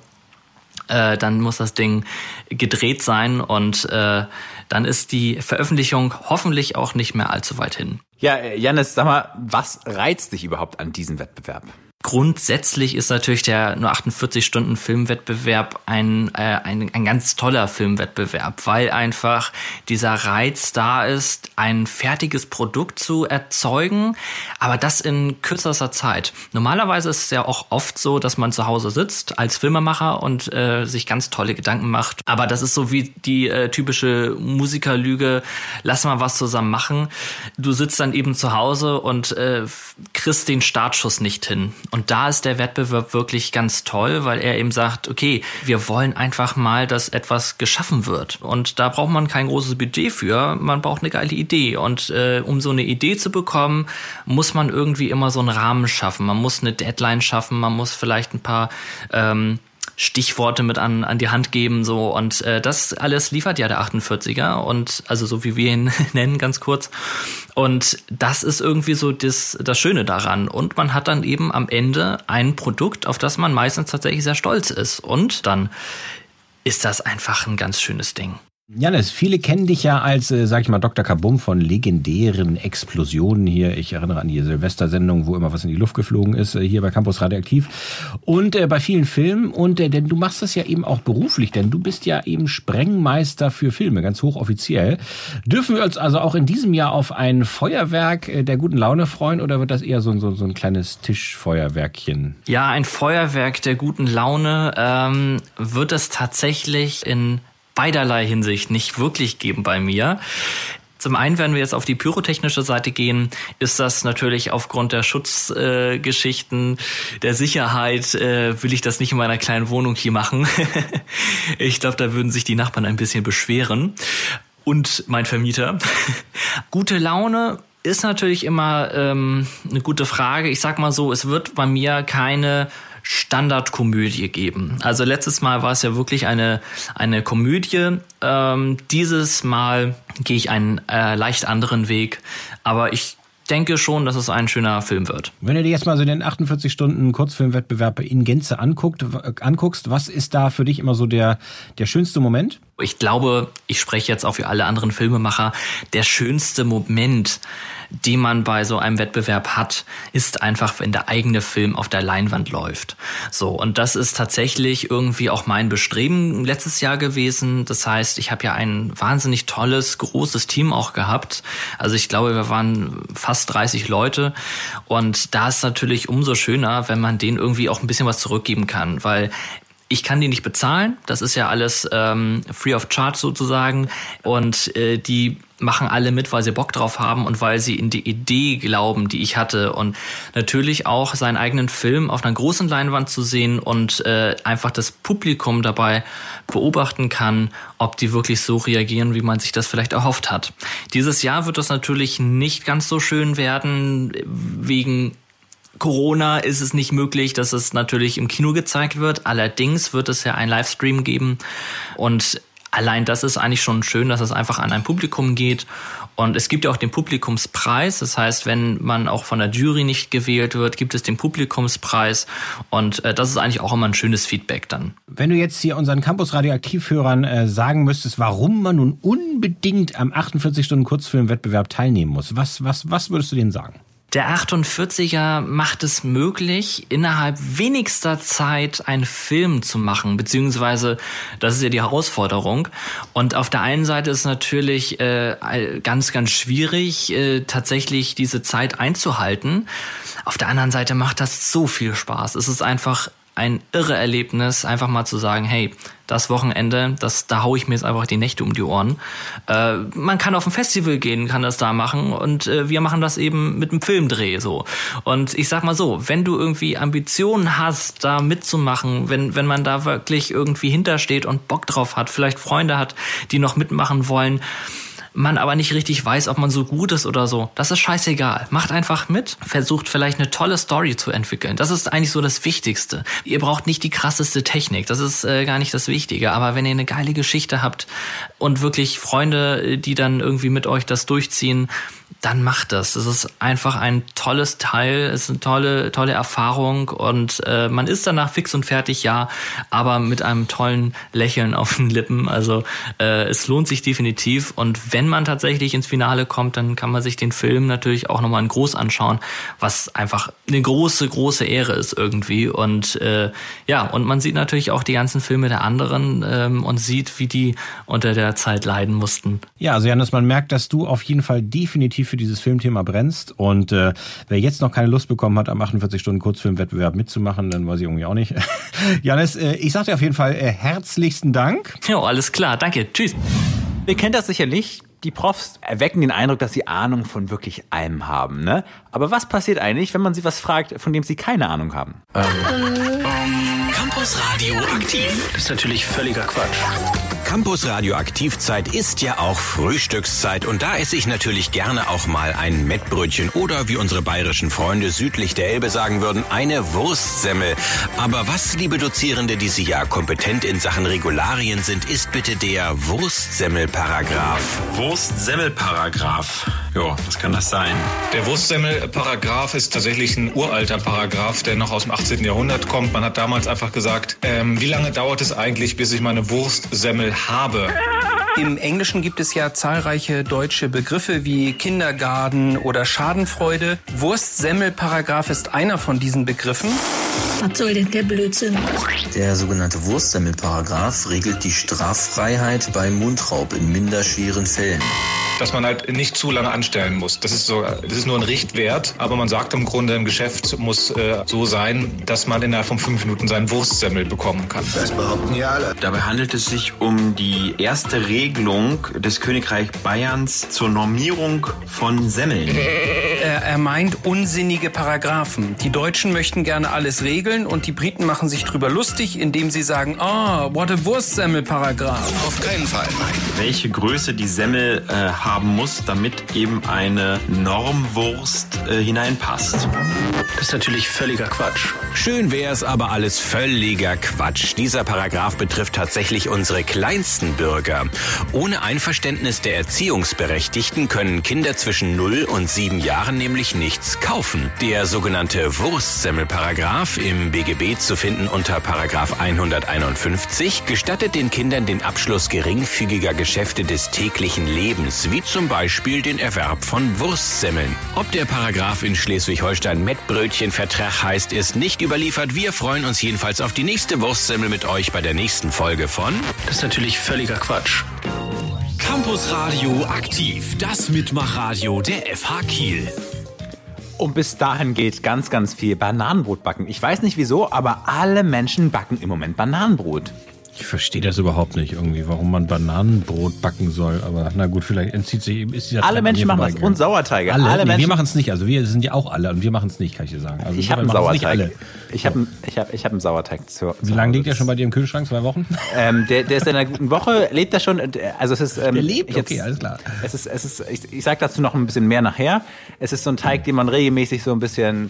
Dann muss das Ding gedreht sein und dann ist die Veröffentlichung hoffentlich auch nicht mehr allzu weit hin. Ja, Jannis, sag mal, was reizt dich überhaupt an diesem Wettbewerb? Grundsätzlich ist natürlich der nur 48-Stunden-Filmwettbewerb ein ganz toller Filmwettbewerb, weil einfach dieser Reiz da ist, ein fertiges Produkt zu erzeugen, aber das in kürzester Zeit. Normalerweise ist es ja auch oft so, dass man zu Hause sitzt als Filmemacher und sich ganz tolle Gedanken macht. Aber das ist so wie die typische Musikerlüge, lass mal was zusammen machen. Du sitzt dann eben zu Hause und kriegst den Startschuss nicht hin. Und da ist der Wettbewerb wirklich ganz toll, weil er eben sagt, okay, wir wollen einfach mal, dass etwas geschaffen wird. Und da braucht man kein großes Budget für, man braucht eine geile Idee. Und um so eine Idee zu bekommen, muss man irgendwie immer so einen Rahmen schaffen. Man muss eine Deadline schaffen, man muss vielleicht ein paar Stichworte mit an die Hand geben, so. Und das alles liefert ja der 48er und also so wie wir ihn nennen, ganz kurz. Und das ist irgendwie so das Schöne daran. Und man hat dann eben am Ende ein Produkt, auf das man meistens tatsächlich sehr stolz ist. Und dann ist das einfach ein ganz schönes Ding. Jannis, viele kennen dich ja als, sag ich mal, Dr. Kabum von legendären Explosionen hier. Ich erinnere an die Silvestersendung, wo immer was in die Luft geflogen ist, hier bei Campus Radioaktiv. Und bei vielen Filmen. Und denn du machst das ja eben auch beruflich, denn du bist ja eben Sprengmeister für Filme, ganz hochoffiziell. Dürfen wir uns also auch in diesem Jahr auf ein Feuerwerk der guten Laune freuen oder wird das eher so ein kleines Tischfeuerwerkchen? Ja, ein Feuerwerk der guten Laune wird es tatsächlich in beiderlei Hinsicht nicht wirklich geben bei mir. Zum einen, wenn wir jetzt auf die pyrotechnische Seite gehen, ist das natürlich aufgrund der Schutzgeschichten, der Sicherheit, will ich das nicht in meiner kleinen Wohnung hier machen. Ich glaube, da würden sich die Nachbarn ein bisschen beschweren. Und mein Vermieter. Gute Laune ist natürlich immer eine gute Frage. Ich sag mal so, es wird bei mir keine Standardkomödie geben. Also letztes Mal war es ja wirklich eine Komödie. Dieses Mal gehe ich einen leicht anderen Weg. Aber ich denke schon, dass es ein schöner Film wird. Wenn du dir jetzt mal so den 48-Stunden-Kurzfilmwettbewerb in Gänze anguckst, was ist da für dich immer so der schönste Moment? Ich glaube, ich spreche jetzt auch für alle anderen Filmemacher, der schönste Moment, den man bei so einem Wettbewerb hat, ist einfach, wenn der eigene Film auf der Leinwand läuft. So, und das ist tatsächlich irgendwie auch mein Bestreben letztes Jahr gewesen. Das heißt, ich habe ja ein wahnsinnig tolles, großes Team auch gehabt. Also ich glaube, wir waren fast 30 Leute. Und da ist natürlich umso schöner, wenn man denen irgendwie auch ein bisschen was zurückgeben kann, weil ich kann die nicht bezahlen, das ist ja alles free of charge sozusagen und die machen alle mit, weil sie Bock drauf haben und weil sie in die Idee glauben, die ich hatte und natürlich auch seinen eigenen Film auf einer großen Leinwand zu sehen und einfach das Publikum dabei beobachten kann, ob die wirklich so reagieren, wie man sich das vielleicht erhofft hat. Dieses Jahr wird das natürlich nicht ganz so schön werden, wegen Corona ist es nicht möglich, dass es natürlich im Kino gezeigt wird. Allerdings wird es ja einen Livestream geben. Und allein das ist eigentlich schon schön, dass es einfach an ein Publikum geht. Und es gibt ja auch den Publikumspreis. Das heißt, wenn man auch von der Jury nicht gewählt wird, gibt es den Publikumspreis. Und das ist eigentlich auch immer ein schönes Feedback dann. Wenn du jetzt hier unseren Campus Radioaktiv-Hörern sagen müsstest, warum man nun unbedingt am 48-Stunden-Kurzfilmwettbewerb teilnehmen muss, was würdest du denen sagen? Der 48er macht es möglich, innerhalb wenigster Zeit einen Film zu machen, beziehungsweise das ist ja die Herausforderung. Und auf der einen Seite ist es natürlich ganz, ganz schwierig, tatsächlich diese Zeit einzuhalten. Auf der anderen Seite macht das so viel Spaß. Es ist einfach ein irre Erlebnis, einfach mal zu sagen, hey, das Wochenende, da hau ich mir jetzt einfach die Nächte um die Ohren. Man kann auf ein Festival gehen, kann das da machen und wir machen das eben mit einem Filmdreh so. Und ich sag mal so, wenn du irgendwie Ambitionen hast, da mitzumachen, wenn man da wirklich irgendwie hintersteht und Bock drauf hat, vielleicht Freunde hat, die noch mitmachen wollen, man aber nicht richtig weiß, ob man so gut ist oder so. Das ist scheißegal. Macht einfach mit, versucht vielleicht eine tolle Story zu entwickeln. Das ist eigentlich so das Wichtigste. Ihr braucht nicht die krasseste Technik, das ist gar nicht das Wichtige. Aber wenn ihr eine geile Geschichte habt und wirklich Freunde, die dann irgendwie mit euch das durchziehen, dann macht das. Das ist einfach ein tolles Teil, es ist eine tolle Erfahrung und man ist danach fix und fertig, ja, aber mit einem tollen Lächeln auf den Lippen. Also es lohnt sich definitiv und wenn man tatsächlich ins Finale kommt, dann kann man sich den Film natürlich auch nochmal in groß anschauen, was einfach eine große, große Ehre ist irgendwie und und man sieht natürlich auch die ganzen Filme der anderen und sieht, wie die unter der Zeit leiden mussten. Ja, also Jannis, man merkt, dass du auf jeden Fall definitiv für dieses Filmthema brennst und wer jetzt noch keine Lust bekommen hat, am 48-Stunden-Kurzfilmwettbewerb mitzumachen, dann weiß ich irgendwie auch nicht. Jannis, ich sag dir auf jeden Fall herzlichsten Dank. Jo, alles klar, danke, tschüss. Ihr kennt das sicherlich. Die Profs erwecken den Eindruck, dass sie Ahnung von wirklich allem haben, ne? Aber was passiert eigentlich, wenn man sie was fragt, von dem sie keine Ahnung haben? Campus Radioaktiv. Das ist natürlich völliger Quatsch. Campus Radioaktivzeit ist ja auch Frühstückszeit und da esse ich natürlich gerne auch mal ein Mettbrötchen oder wie unsere bayerischen Freunde südlich der Elbe sagen würden, eine Wurstsemmel. Aber was, liebe Dozierende, die Sie ja kompetent in Sachen Regularien sind, ist bitte der Wurstsemmelparagraph? Wurstsemmelparagraph. Jo, was kann das sein? Der Wurstsemmelparagraph ist tatsächlich ein uralter Paragraph, der noch aus dem 18. Jahrhundert kommt. Man hat damals einfach gesagt, wie lange dauert es eigentlich, bis ich meine Wurstsemmel habe? Im Englischen gibt es ja zahlreiche deutsche Begriffe wie Kindergarten oder Schadenfreude. Wurstsemmelparagraph ist einer von diesen Begriffen. Was soll denn der Blödsinn? Der sogenannte Wurstsemmelparagraph regelt die Straffreiheit bei Mundraub in minderschweren Fällen. dass man halt nicht zu lange anstellen muss. Das ist nur ein Richtwert, aber man sagt im Grunde, im Geschäft muss so sein, dass man innerhalb von 5 Minuten seinen Wurstsemmel bekommen kann. Das behaupten ja alle. Dabei handelt es sich um die erste Regelung des Königreich Bayerns zur Normierung von Semmeln. Er meint unsinnige Paragraphen. Die Deutschen möchten gerne alles regeln und die Briten machen sich drüber lustig, indem sie sagen, what a Wurstsemmel-Paragraph. Auf keinen Fall, nein. Welche Größe die Semmel haben muss, damit eben eine Normwurst hineinpasst. Das ist natürlich völliger Quatsch. Schön wär's, aber alles völliger Quatsch. Dieser Paragraph betrifft tatsächlich unsere kleinsten Bürger. Ohne Einverständnis der Erziehungsberechtigten können Kinder zwischen 0 und 7 Jahren nämlich nichts kaufen. Der sogenannte Wurstsemmel-Paragraph im BGB zu finden unter Paragraph 151 gestattet den Kindern den Abschluss geringfügiger Geschäfte des täglichen Lebens, wie zum Beispiel den Erwerb von Wurstsemmeln. Ob der Paragraph in Schleswig-Holstein Mettbrötchenvertrag heißt, ist nicht überliefert. Wir freuen uns jedenfalls auf die nächste Wurstsemmel mit euch bei der nächsten Folge von... Das ist natürlich völliger Quatsch. Campus Radio aktiv, das Mitmachradio der FH Kiel. Und bis dahin geht ganz, ganz viel Bananenbrot backen. Ich weiß nicht wieso, aber alle Menschen backen im Moment Bananenbrot. Ich verstehe das überhaupt nicht irgendwie, warum man Bananenbrot backen soll. Aber na gut, vielleicht entzieht sich... Alle Menschen machen das und Sauerteige. Alle Menschen. Wir machen es nicht. Also wir sind ja auch alle und wir machen es nicht, kann ich dir sagen. Also ich habe einen Sauerteig. Ich habe einen Sauerteig. Wie lange liegt der schon bei dir im Kühlschrank? 2 Wochen? Der ist in einer guten Woche, lebt er schon. Also es ist, der lebt? Okay, alles klar. Ich sage dazu noch ein bisschen mehr nachher. Es ist so ein Teig, den man regelmäßig so ein bisschen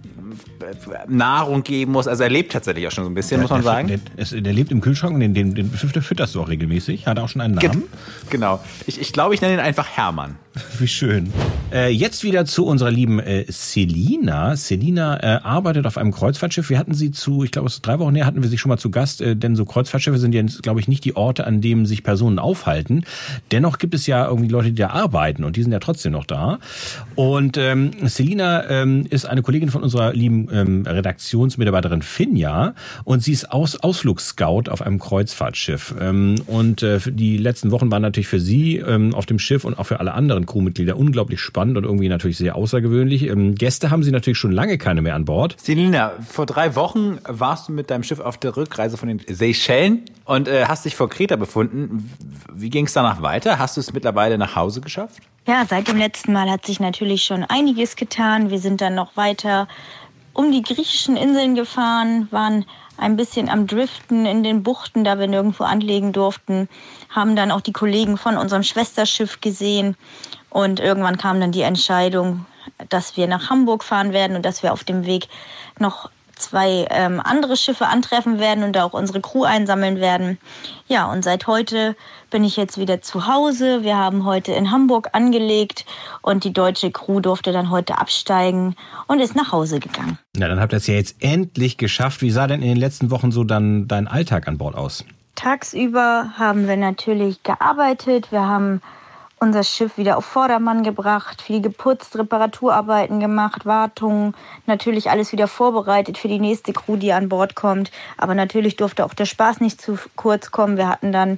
Nahrung geben muss. Also er lebt tatsächlich auch schon so ein bisschen, muss man sagen. Der lebt im Kühlschrank und den fütterst du auch regelmäßig. Hat auch schon einen Namen. Genau. Ich glaube, ich nenne ihn einfach Hermann. Wie schön. Jetzt wieder zu unserer lieben Selina. Selina arbeitet auf einem Kreuzfahrtschiff. Wir hatten sie ich glaube, es ist 3 Wochen her, hatten wir sie schon mal zu Gast, denn so Kreuzfahrtschiffe sind ja, glaube ich, nicht die Orte, an denen sich Personen aufhalten. Dennoch gibt es ja irgendwie Leute, die da arbeiten und die sind ja trotzdem noch da. Und Selina ist eine Kollegin von unserer lieben Redaktionsmitarbeiterin Finja und sie ist Ausflugsscout auf einem Kreuzfahrtschiff. Und die letzten Wochen waren natürlich für sie auf dem Schiff und auch für alle anderen Crewmitglieder unglaublich spannend und irgendwie natürlich sehr außergewöhnlich. Gäste haben sie natürlich schon lange keine mehr an Bord. Selina, vor 3 Wochen warst du mit deinem Schiff auf der Rückreise von den Seychellen und hast dich vor Kreta befunden. Wie ging es danach weiter? Hast du es mittlerweile nach Hause geschafft? Ja, seit dem letzten Mal hat sich natürlich schon einiges getan. Wir sind dann noch weiter um die griechischen Inseln gefahren, waren ein bisschen am Driften in den Buchten, da wir nirgendwo anlegen durften, haben dann auch die Kollegen von unserem Schwesterschiff gesehen und irgendwann kam dann die Entscheidung, dass wir nach Hamburg fahren werden und dass wir auf dem Weg noch 2 andere Schiffe antreffen werden und da auch unsere Crew einsammeln werden. Ja, und seit heute bin ich jetzt wieder zu Hause. Wir haben heute in Hamburg angelegt und die deutsche Crew durfte dann heute absteigen und ist nach Hause gegangen. Na, dann habt ihr es ja jetzt endlich geschafft. Wie sah denn in den letzten Wochen so dann dein Alltag an Bord aus? Tagsüber haben wir natürlich gearbeitet. Wir haben unser Schiff wieder auf Vordermann gebracht, viel geputzt, Reparaturarbeiten gemacht, Wartungen, natürlich alles wieder vorbereitet für die nächste Crew, die an Bord kommt. Aber natürlich durfte auch der Spaß nicht zu kurz kommen. Wir hatten dann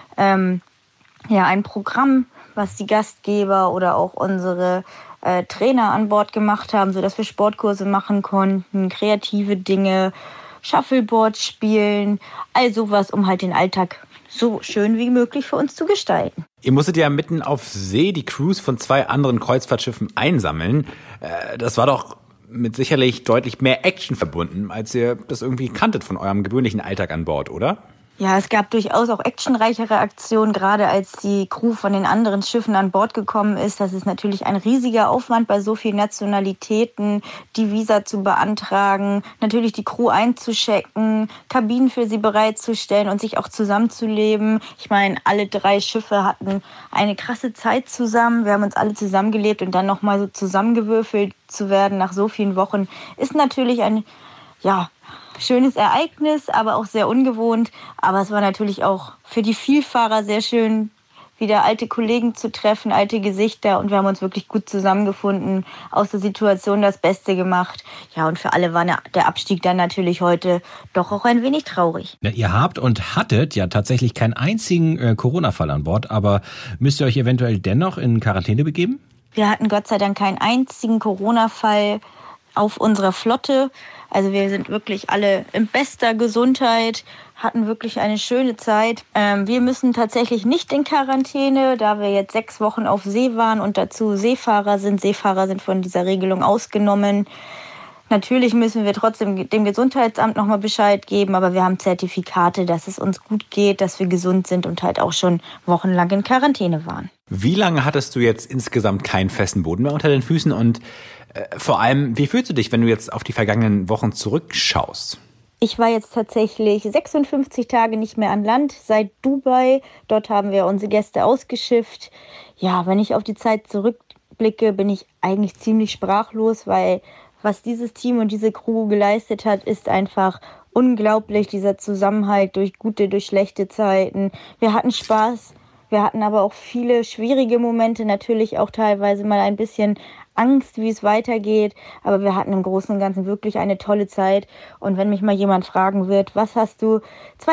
ein Programm, was die Gastgeber oder auch unsere Trainer an Bord gemacht haben, sodass wir Sportkurse machen konnten, kreative Dinge, Shuffleboard spielen, all sowas, um halt den Alltag so schön wie möglich für uns zu gestalten. Ihr musstet ja mitten auf See die Crews von 2 anderen Kreuzfahrtschiffen einsammeln. Das war doch mit sicherlich deutlich mehr Action verbunden, als ihr das irgendwie kanntet von eurem gewöhnlichen Alltag an Bord, oder? Ja, es gab durchaus auch actionreichere Aktionen, gerade als die Crew von den anderen Schiffen an Bord gekommen ist. Das ist natürlich ein riesiger Aufwand bei so vielen Nationalitäten, die Visa zu beantragen, natürlich die Crew einzuchecken, Kabinen für sie bereitzustellen und sich auch zusammenzuleben. Ich meine, alle 3 Schiffe hatten eine krasse Zeit zusammen. Wir haben uns alle zusammengelebt und dann nochmal so zusammengewürfelt zu werden nach so vielen Wochen ist natürlich ein, schönes Ereignis, aber auch sehr ungewohnt. Aber es war natürlich auch für die Vielfahrer sehr schön, wieder alte Kollegen zu treffen, alte Gesichter und wir haben uns wirklich gut zusammengefunden, aus der Situation das Beste gemacht. Ja, und für alle war der Abstieg dann natürlich heute doch auch ein wenig traurig. Ja, ihr habt und hattet ja tatsächlich keinen einzigen Corona-Fall an Bord, aber müsst ihr euch eventuell dennoch in Quarantäne begeben? Wir hatten Gott sei Dank keinen einzigen Corona-Fall auf unserer Flotte. Also wir sind wirklich alle in bester Gesundheit, hatten wirklich eine schöne Zeit. Wir müssen tatsächlich nicht in Quarantäne, da wir jetzt 6 Wochen auf See waren und dazu Seefahrer sind. Seefahrer sind von dieser Regelung ausgenommen. Natürlich müssen wir trotzdem dem Gesundheitsamt nochmal Bescheid geben, aber wir haben Zertifikate, dass es uns gut geht, dass wir gesund sind und halt auch schon wochenlang in Quarantäne waren. Wie lange hattest du jetzt insgesamt keinen festen Boden mehr unter den Füßen und vor allem, wie fühlst du dich, wenn du jetzt auf die vergangenen Wochen zurückschaust? Ich war jetzt tatsächlich 56 Tage nicht mehr an Land, seit Dubai. Dort haben wir unsere Gäste ausgeschifft. Ja, wenn ich auf die Zeit zurückblicke, bin ich eigentlich ziemlich sprachlos, weil was dieses Team und diese Crew geleistet hat, ist einfach unglaublich. Dieser Zusammenhalt durch gute, durch schlechte Zeiten. Wir hatten Spaß, wir hatten aber auch viele schwierige Momente, natürlich auch teilweise mal ein bisschen Angst, wie es weitergeht, aber wir hatten im Großen und Ganzen wirklich eine tolle Zeit. Und wenn mich mal jemand fragen wird, was hast du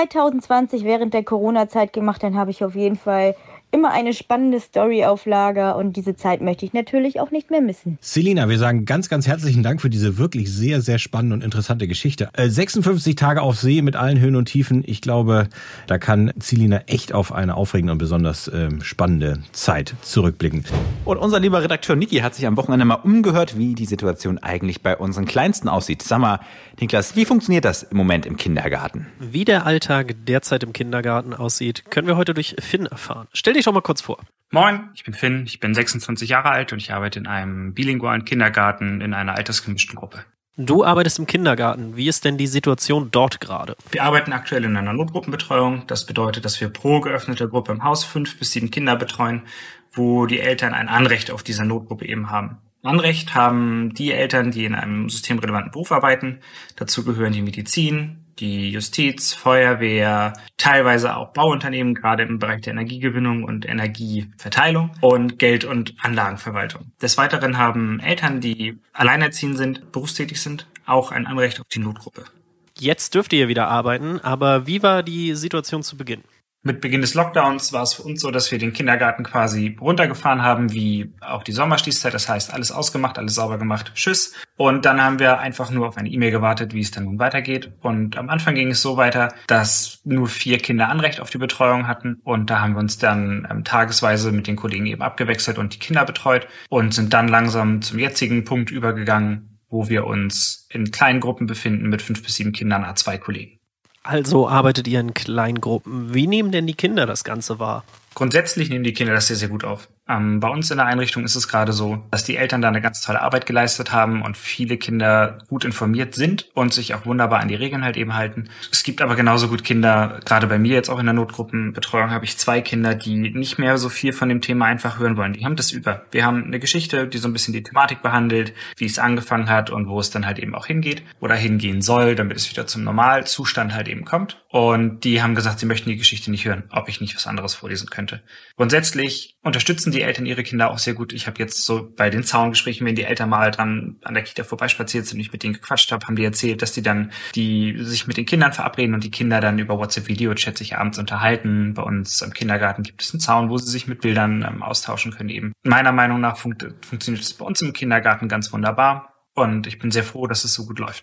2020 während der Corona-Zeit gemacht, dann habe ich auf jeden Fall immer eine spannende Story auf Lager und diese Zeit möchte ich natürlich auch nicht mehr missen. Selina, wir sagen ganz, ganz herzlichen Dank für diese wirklich sehr, sehr spannende und interessante Geschichte. 56 Tage auf See mit allen Höhen und Tiefen. Ich glaube, da kann Selina echt auf eine aufregende und besonders spannende Zeit zurückblicken. Und unser lieber Redakteur Niki hat sich am Wochenende mal umgehört, wie die Situation eigentlich bei unseren Kleinsten aussieht. Sag mal, Niklas, wie funktioniert das im Moment im Kindergarten? Wie der Alltag derzeit im Kindergarten aussieht, können wir heute durch Finn erfahren. Stell dich doch mal kurz vor. Moin, ich bin Finn, ich bin 26 Jahre alt und ich arbeite in einem bilingualen Kindergarten in einer altersgemischten Gruppe. Du arbeitest im Kindergarten. Wie ist denn die Situation dort gerade? Wir arbeiten aktuell in einer Notgruppenbetreuung. Das bedeutet, dass wir pro geöffnete Gruppe im Haus 5 bis 7 Kinder betreuen, wo die Eltern ein Anrecht auf diese Notgruppe eben haben. Anrecht haben die Eltern, die in einem systemrelevanten Beruf arbeiten. Dazu gehören die Medizin, die Justiz, Feuerwehr, teilweise auch Bauunternehmen, gerade im Bereich der Energiegewinnung und Energieverteilung und Geld- und Anlagenverwaltung. Des Weiteren haben Eltern, die alleinerziehend sind, berufstätig sind, auch ein Anrecht auf die Notgruppe. Jetzt dürft ihr wieder arbeiten, aber wie war die Situation zu Beginn? Mit Beginn des Lockdowns war es für uns so, dass wir den Kindergarten quasi runtergefahren haben, wie auch die Sommerschließzeit. Das heißt, alles ausgemacht, alles sauber gemacht, tschüss. Und dann haben wir einfach nur auf eine E-Mail gewartet, wie es dann nun weitergeht. Und am Anfang ging es so weiter, dass nur 4 Kinder Anrecht auf die Betreuung hatten. Und da haben wir uns dann tagesweise mit den Kollegen eben abgewechselt und die Kinder betreut und sind dann langsam zum jetzigen Punkt übergegangen, wo wir uns in kleinen Gruppen befinden mit 5 bis 7 Kindern, a2 Kollegen. Also arbeitet ihr in Kleingruppen. Wie nehmen denn die Kinder das Ganze wahr? Grundsätzlich nehmen die Kinder das sehr, sehr gut auf. Bei uns in der Einrichtung ist es gerade so, dass die Eltern da eine ganz tolle Arbeit geleistet haben und viele Kinder gut informiert sind und sich auch wunderbar an die Regeln halt eben halten. Es gibt aber genauso gut Kinder, gerade bei mir jetzt auch in der Notgruppenbetreuung habe ich 2 Kinder, die nicht mehr so viel von dem Thema einfach hören wollen. Die haben das über. Wir haben eine Geschichte, die so ein bisschen die Thematik behandelt, wie es angefangen hat und wo es dann halt eben auch hingeht oder hingehen soll, damit es wieder zum Normalzustand halt eben kommt. Und die haben gesagt, sie möchten die Geschichte nicht hören, ob ich nicht was anderes vorlesen könnte. Grundsätzlich unterstützen die Eltern ihre Kinder auch sehr gut. Ich habe jetzt so bei den Zaungesprächen, wenn die Eltern mal dran an der Kita vorbeispaziert sind und ich mit denen gequatscht habe, haben die erzählt, dass die sich mit den Kindern verabreden und die Kinder dann über WhatsApp-Video-Chat sich abends unterhalten. Bei uns im Kindergarten gibt es einen Zaun, wo sie sich mit Bildern austauschen können eben. Meiner Meinung nach funktioniert es bei uns im Kindergarten ganz wunderbar und ich bin sehr froh, dass es so gut läuft.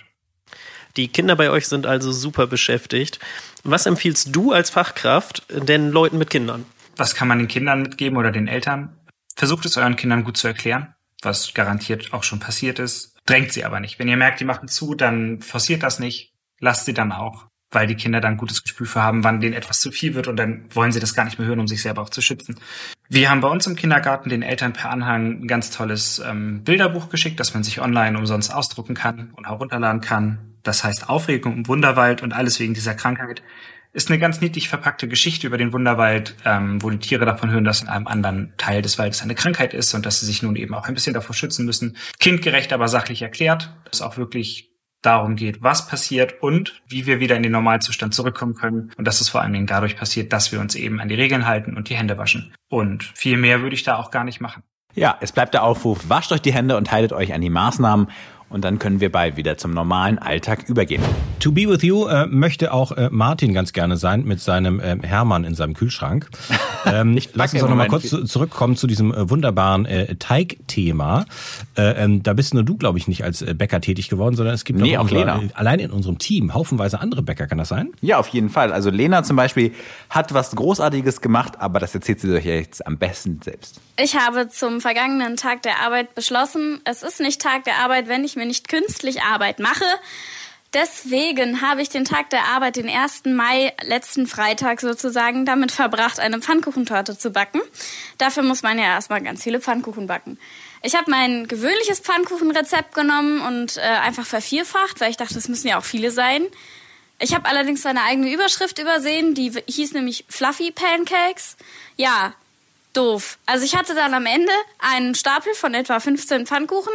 Die Kinder bei euch sind also super beschäftigt. Was empfiehlst du als Fachkraft den Leuten mit Kindern? Was kann man den Kindern mitgeben oder den Eltern? Versucht es euren Kindern gut zu erklären, was garantiert auch schon passiert ist. Drängt sie aber nicht. Wenn ihr merkt, die machen zu, dann forciert das nicht. Lasst sie dann auch, weil die Kinder dann ein gutes Gespür für haben, wann denen etwas zu viel wird und dann wollen sie das gar nicht mehr hören, um sich selber auch zu schützen. Wir haben bei uns im Kindergarten den Eltern per Anhang ein ganz tolles Bilderbuch geschickt, das man sich online umsonst ausdrucken kann und herunterladen kann. Das heißt Aufregung im Wunderwald und alles wegen dieser Krankheit. Ist eine ganz niedlich verpackte Geschichte über den Wunderwald, wo die Tiere davon hören, dass in einem anderen Teil des Waldes eine Krankheit ist und dass sie sich nun eben auch ein bisschen davor schützen müssen. Kindgerecht, aber sachlich erklärt. Das ist auch wirklich darum geht, was passiert und wie wir wieder in den Normalzustand zurückkommen können. Und dass es vor allen Dingen dadurch passiert, dass wir uns eben an die Regeln halten und die Hände waschen. Und viel mehr würde ich da auch gar nicht machen. Ja, es bleibt der Aufruf, wascht euch die Hände und haltet euch an die Maßnahmen. Und dann können wir bald wieder zum normalen Alltag übergehen. To be with you möchte auch Martin ganz gerne sein mit seinem Hermann in seinem Kühlschrank. Lass uns doch noch mal kurz zurückkommen zu diesem wunderbaren Teigthema. Da bist nur du, glaube ich, nicht als Bäcker tätig geworden, sondern es gibt auch Lena. Allein in unserem Team haufenweise andere Bäcker. Kann das sein? Ja, auf jeden Fall. Also Lena zum Beispiel hat was Großartiges gemacht, aber das erzählt sie euch jetzt am besten selbst. Ich habe zum vergangenen Tag der Arbeit beschlossen, es ist nicht Tag der Arbeit, wenn ich mir nicht künstlich Arbeit mache. Deswegen habe ich den Tag der Arbeit, den 1. Mai, letzten Freitag sozusagen, damit verbracht, eine Pfannkuchentorte zu backen. Dafür muss man ja erstmal ganz viele Pfannkuchen backen. Ich habe mein gewöhnliches Pfannkuchenrezept genommen und einfach vervierfacht, weil ich dachte, es müssen ja auch viele sein. Ich habe allerdings seine eigene Überschrift übersehen, die hieß nämlich Fluffy Pancakes. Ja, doof. Also ich hatte dann am Ende einen Stapel von etwa 15 Pfannkuchen,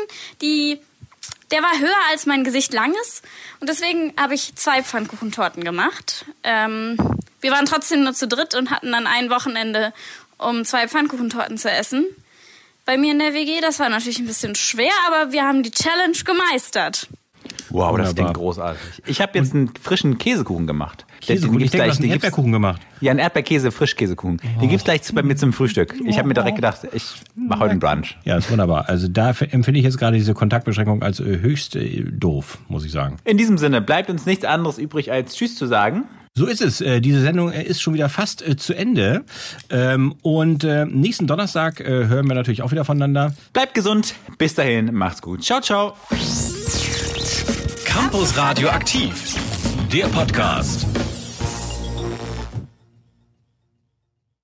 der war höher als mein Gesicht lang ist. Und deswegen habe ich 2 Pfannkuchentorten gemacht. Wir waren trotzdem nur zu dritt und hatten dann ein Wochenende, um 2 Pfannkuchentorten zu essen. Bei mir in der WG, das war natürlich ein bisschen schwer, aber wir haben die Challenge gemeistert. Wow, das klingt großartig. Ich habe jetzt einen frischen Käsekuchen gemacht. Käsekuchen? Ich denke, du hast einen Erdbeerkuchen gemacht. Ja, einen Erdbeerkäse-Frischkäsekuchen. Den gibt's gleich bei mir zum Frühstück. Ich habe mir direkt gedacht, ich mache heute einen Brunch. Ja, ist wunderbar. Also da empfinde ich jetzt gerade diese Kontaktbeschränkung als höchst doof, muss ich sagen. In diesem Sinne bleibt uns nichts anderes übrig, als Tschüss zu sagen. So ist es. Diese Sendung ist schon wieder fast zu Ende. Und nächsten Donnerstag hören wir natürlich auch wieder voneinander. Bleibt gesund. Bis dahin. Macht's gut. Ciao, ciao. Campus Radio aktiv. Der Podcast.